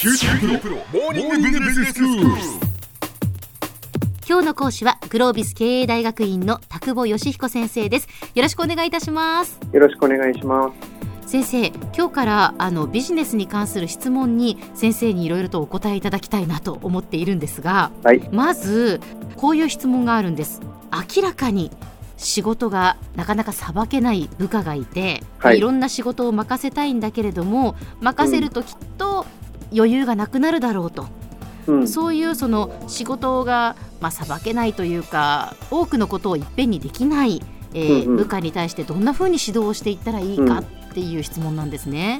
キューティープロモーニングビジネススクール。 今日の講師はグロービス経営大学院の田久保義彦先生です。よろしくお願いいたします。 よろしくお願いします。 先生、今日からビジネスに関する質問に先生にいろいろとお答えいただきたいなと思っているんですが、 はい、 まずこういう質問があるんです。明らかに仕事がなかなかさばけない部下がいて、いろんな仕事を任せたいんだけれども、任せるときっと余裕がなくなるだろうと、そういうその仕事がさばけないというか、多くのことをいっぺんにできない、部下に対してどんなふうに指導をしていったらいいかっていう質問なんですね。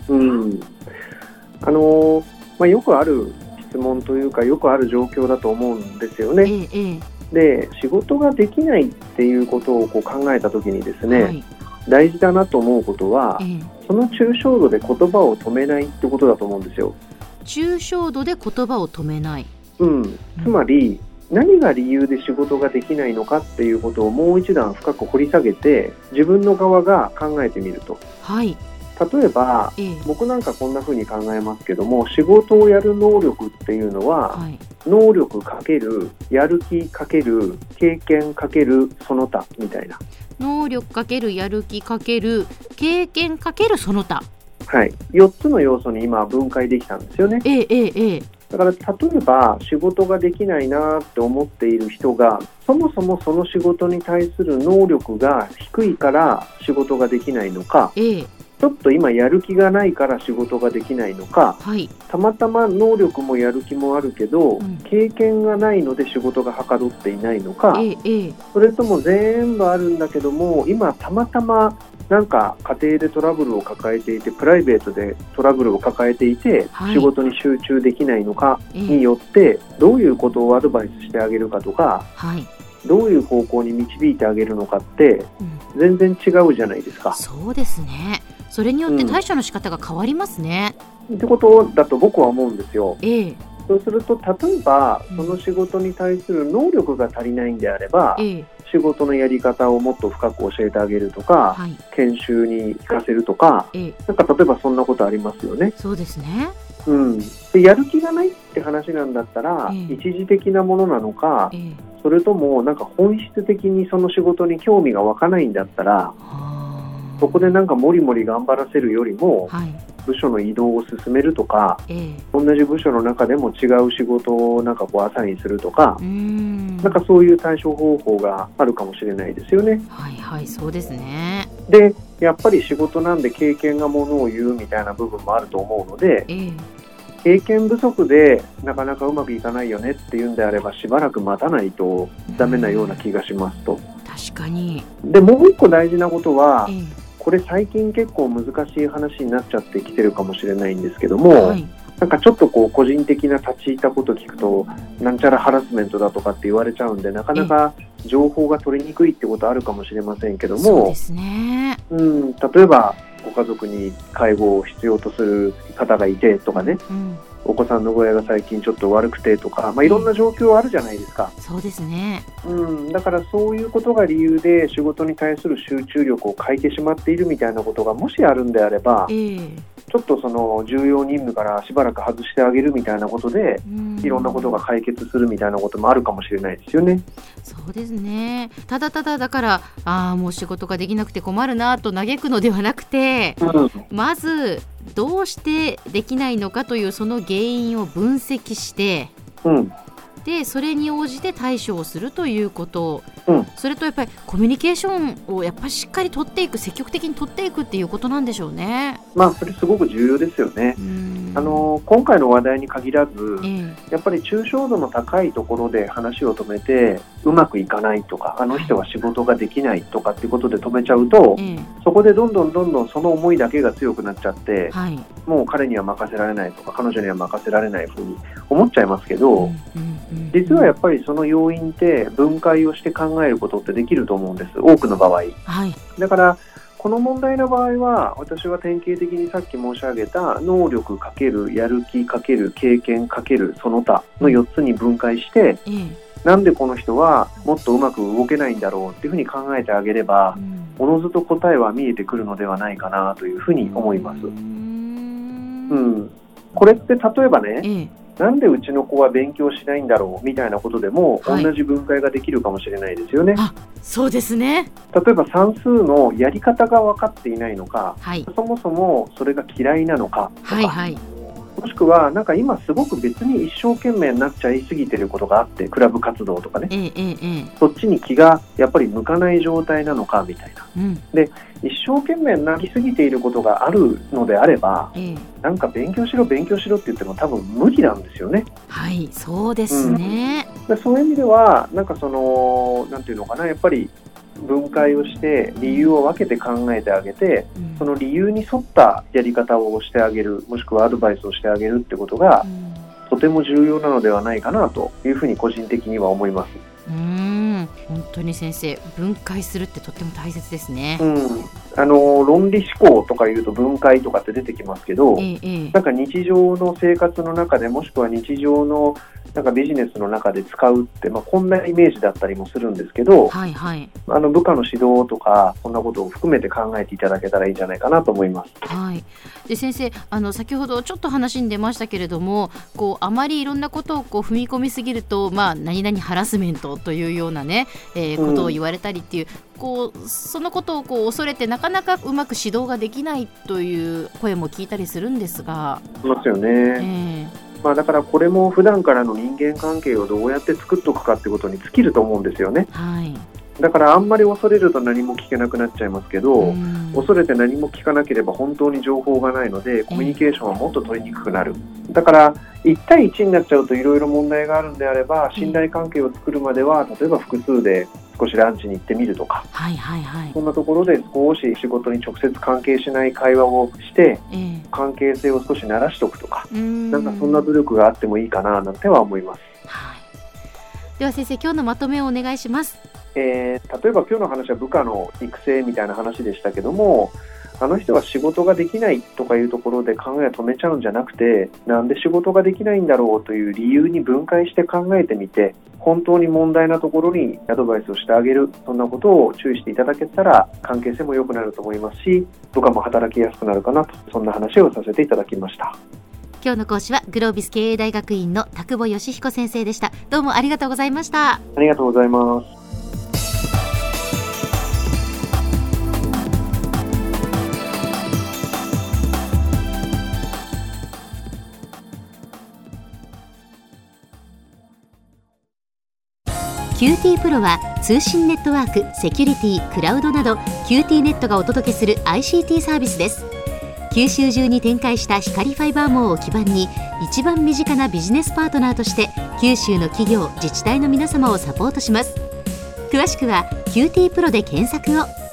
よくある質問というか、よくある状況だと思うんですよね。で、仕事ができないっていうことを考えたときにですね、大事だなと思うことは、その抽象度で言葉を止めないってことだと思うんですよ。 抽象度で言葉を止めない、 つまり何が理由で仕事ができないのかっていうことをもう一段深く掘り下げて、自分の側が考えてみると。例えば、僕なんかこんな風に考えますけども、仕事をやる能力っていうのは、能力かけるやる気かける経験かけるその他みたいな。能力かけるやる気かける経験かけるその他、 4つの要素に今分解できたんですよね。だから例えば仕事ができないなって思っている人が、そもそもその仕事に対する能力が低いから仕事ができないのか、ちょっと今やる気がないから仕事ができないのか、たまたま能力もやる気もあるけど、経験がないので仕事がはかどっていないのか、それとも全部あるんだけども、今たまたまなんか家庭でトラブルを抱えていて、プライベートでトラブルを抱えていて、仕事に集中できないのかによって、どういうことをアドバイスしてあげるかとか、どういう方向に導いてあげるのかって全然違うじゃないですか。 そうですね。それによって対処の仕方が変わりますね。 ってことだと僕は思うんですよ。そうすると、例えばその仕事に対する能力が足りないんであれば、仕事のやり方をもっと深く教えてあげるとか、研修に行かせるとか、なんか例えばそんなことありますよね。 そうですね。 で、やる気がないって話なんだったら、一時的なものなのか、それともなんか本質的にその仕事に興味が湧かないんだったら、そこでなんかもりもり頑張らせるよりも、部署の移動を進めるとか、同じ部署の中でも違う仕事をなんかアサインするとか、なんかそういう対処方法があるかもしれないですよね。 そうですね。 で、やっぱり仕事なんで経験がものを言うみたいな部分もあると思うので、経験不足でなかなかうまくいかないよねっていうんであれば、しばらく待たないとダメなような気がしますと。 確かに。 で、もう一個大事なことは、これ最近結構難しい話になっちゃってきてるかもしれないんですけども、なんかちょっと個人的な立ち入ったこと聞くと、なんちゃらハラスメントだとかって言われちゃうんで、なかなか情報が取りにくいってことあるかもしれませんけども、 そうですね。 例えばご家族に介護を必要とする方がいてとかね、お子さんの具合が最近ちょっと悪くてとか、いろんな状況あるじゃないですか。 そうですね。 だからそういうことが理由で仕事に対する集中力を欠いてしまっているみたいなことがもしあるんであれば、ちょっとその重要任務からしばらく外してあげるみたいなことで、いろんなことが解決するみたいなこともあるかもしれないですよね。 そうですね。ただだからもう仕事ができなくて困るなと嘆くのではなくて、まずどうしてできないのかというその原因を分析して、でそれに応じて対処をするということ、それとやっぱりコミュニケーションをやっぱりしっかり取っていく、積極的に取っていくっていうことなんでしょうね。 それすごく重要ですよね。今回の話題に限らず、やっぱり抽象度の高いところで話を止めてうまくいかないとか、あの人は仕事ができないとかっていうことで止めちゃうと、そこでどんどんその思いだけが強くなっちゃって、もう彼には任せられないとか彼女には任せられないふうに思っちゃいますけど、実はやっぱりその要因って分解をして考えることってできると思うんです、多くの場合。だからこの問題の場合は、私は典型的にさっき申し上げた能力かけるやる気かける経験かけるその他の4つに分解して、なんでこの人はもっとうまく動けないんだろうっていうふうに考えてあげれば、おのずと答えは見えてくるのではないかなというふうに思います。 これって例えばね、なんでうちの子は勉強しないんだろうみたいなことでも、同じ分解ができるかもしれないですよね。 そうですね。 例えば算数のやり方が分かっていないのか、そもそもそれが嫌いなのかとか、もしくはなんか今すごく別に一生懸命になっちゃいすぎてることがあって、クラブ活動とかね、そっちに気がやっぱり向かない状態なのかみたいな、で一生懸命になりすぎていることがあるのであれば、なんか勉強しろって言っても多分無理なんですよね。 そうですね。 そういう意味ではなんかなんていうのかな、やっぱり分解をして理由を分けて考えてあげて、その理由に沿ったやり方をしてあげる、もしくはアドバイスをしてあげるってことが、とても重要なのではないかなというふうに個人的には思います。 本当に先生、分解するってとっても大切ですね。 論理思考とかいうと分解とかって出てきますけど、なんか日常の生活の中で、もしくは日常のなんかビジネスの中で使うって、こんなイメージだったりもするんですけど、部下の指導とかこんなことを含めて考えていただけたらいいんじゃないかなと思います。 で先生、先ほどちょっと話に出ましたけれども、あまりいろんなことを踏み込みすぎると、何々ハラスメントというようなね、ことを言われたりっていう、そのことを恐れてなかなかうまく指導ができないという声も聞いたりするんですが。 いますよね。だからこれも普段からの人間関係をどうやって作っておくかってことに尽きると思うんですよね。だからあんまり恐れると何も聞けなくなっちゃいますけど、恐れて何も聞かなければ本当に情報がないので、コミュニケーションはもっと取りにくくなる。だから1対1になっちゃうといろいろ問題があるんであれば、信頼関係を作るまでは例えば複数で少しランチに行ってみるとか、そんなところで少し仕事に直接関係しない会話をして、関係性を少し慣らしておくとか、なんかそんな努力があってもいいかななんては思います。 では先生、今日のまとめをお願いします。 例えば今日の話は部下の育成みたいな話でしたけども、あの人は仕事ができないとかいうところで考えを止めちゃうんじゃなくて、なんで仕事ができないんだろうという理由に分解して考えてみて、本当に問題なところにアドバイスをしてあげる、そんなことを注意していただけたら関係性も良くなると思いますし、部下も働きやすくなるかなと、そんな話をさせていただきました。 今日の講師はグロービス経営大学院の田久保義彦先生でした。どうもありがとうございました。 ありがとうございます。 QT プロは通信ネットワーク、セキュリティ、クラウドなど QT ネットがお届けする ICT サービスです。九州中に展開した光ファイバー網を基盤に、一番身近なビジネスパートナーとして九州の企業、自治体の皆様をサポートします。詳しくは QT プロで検索を。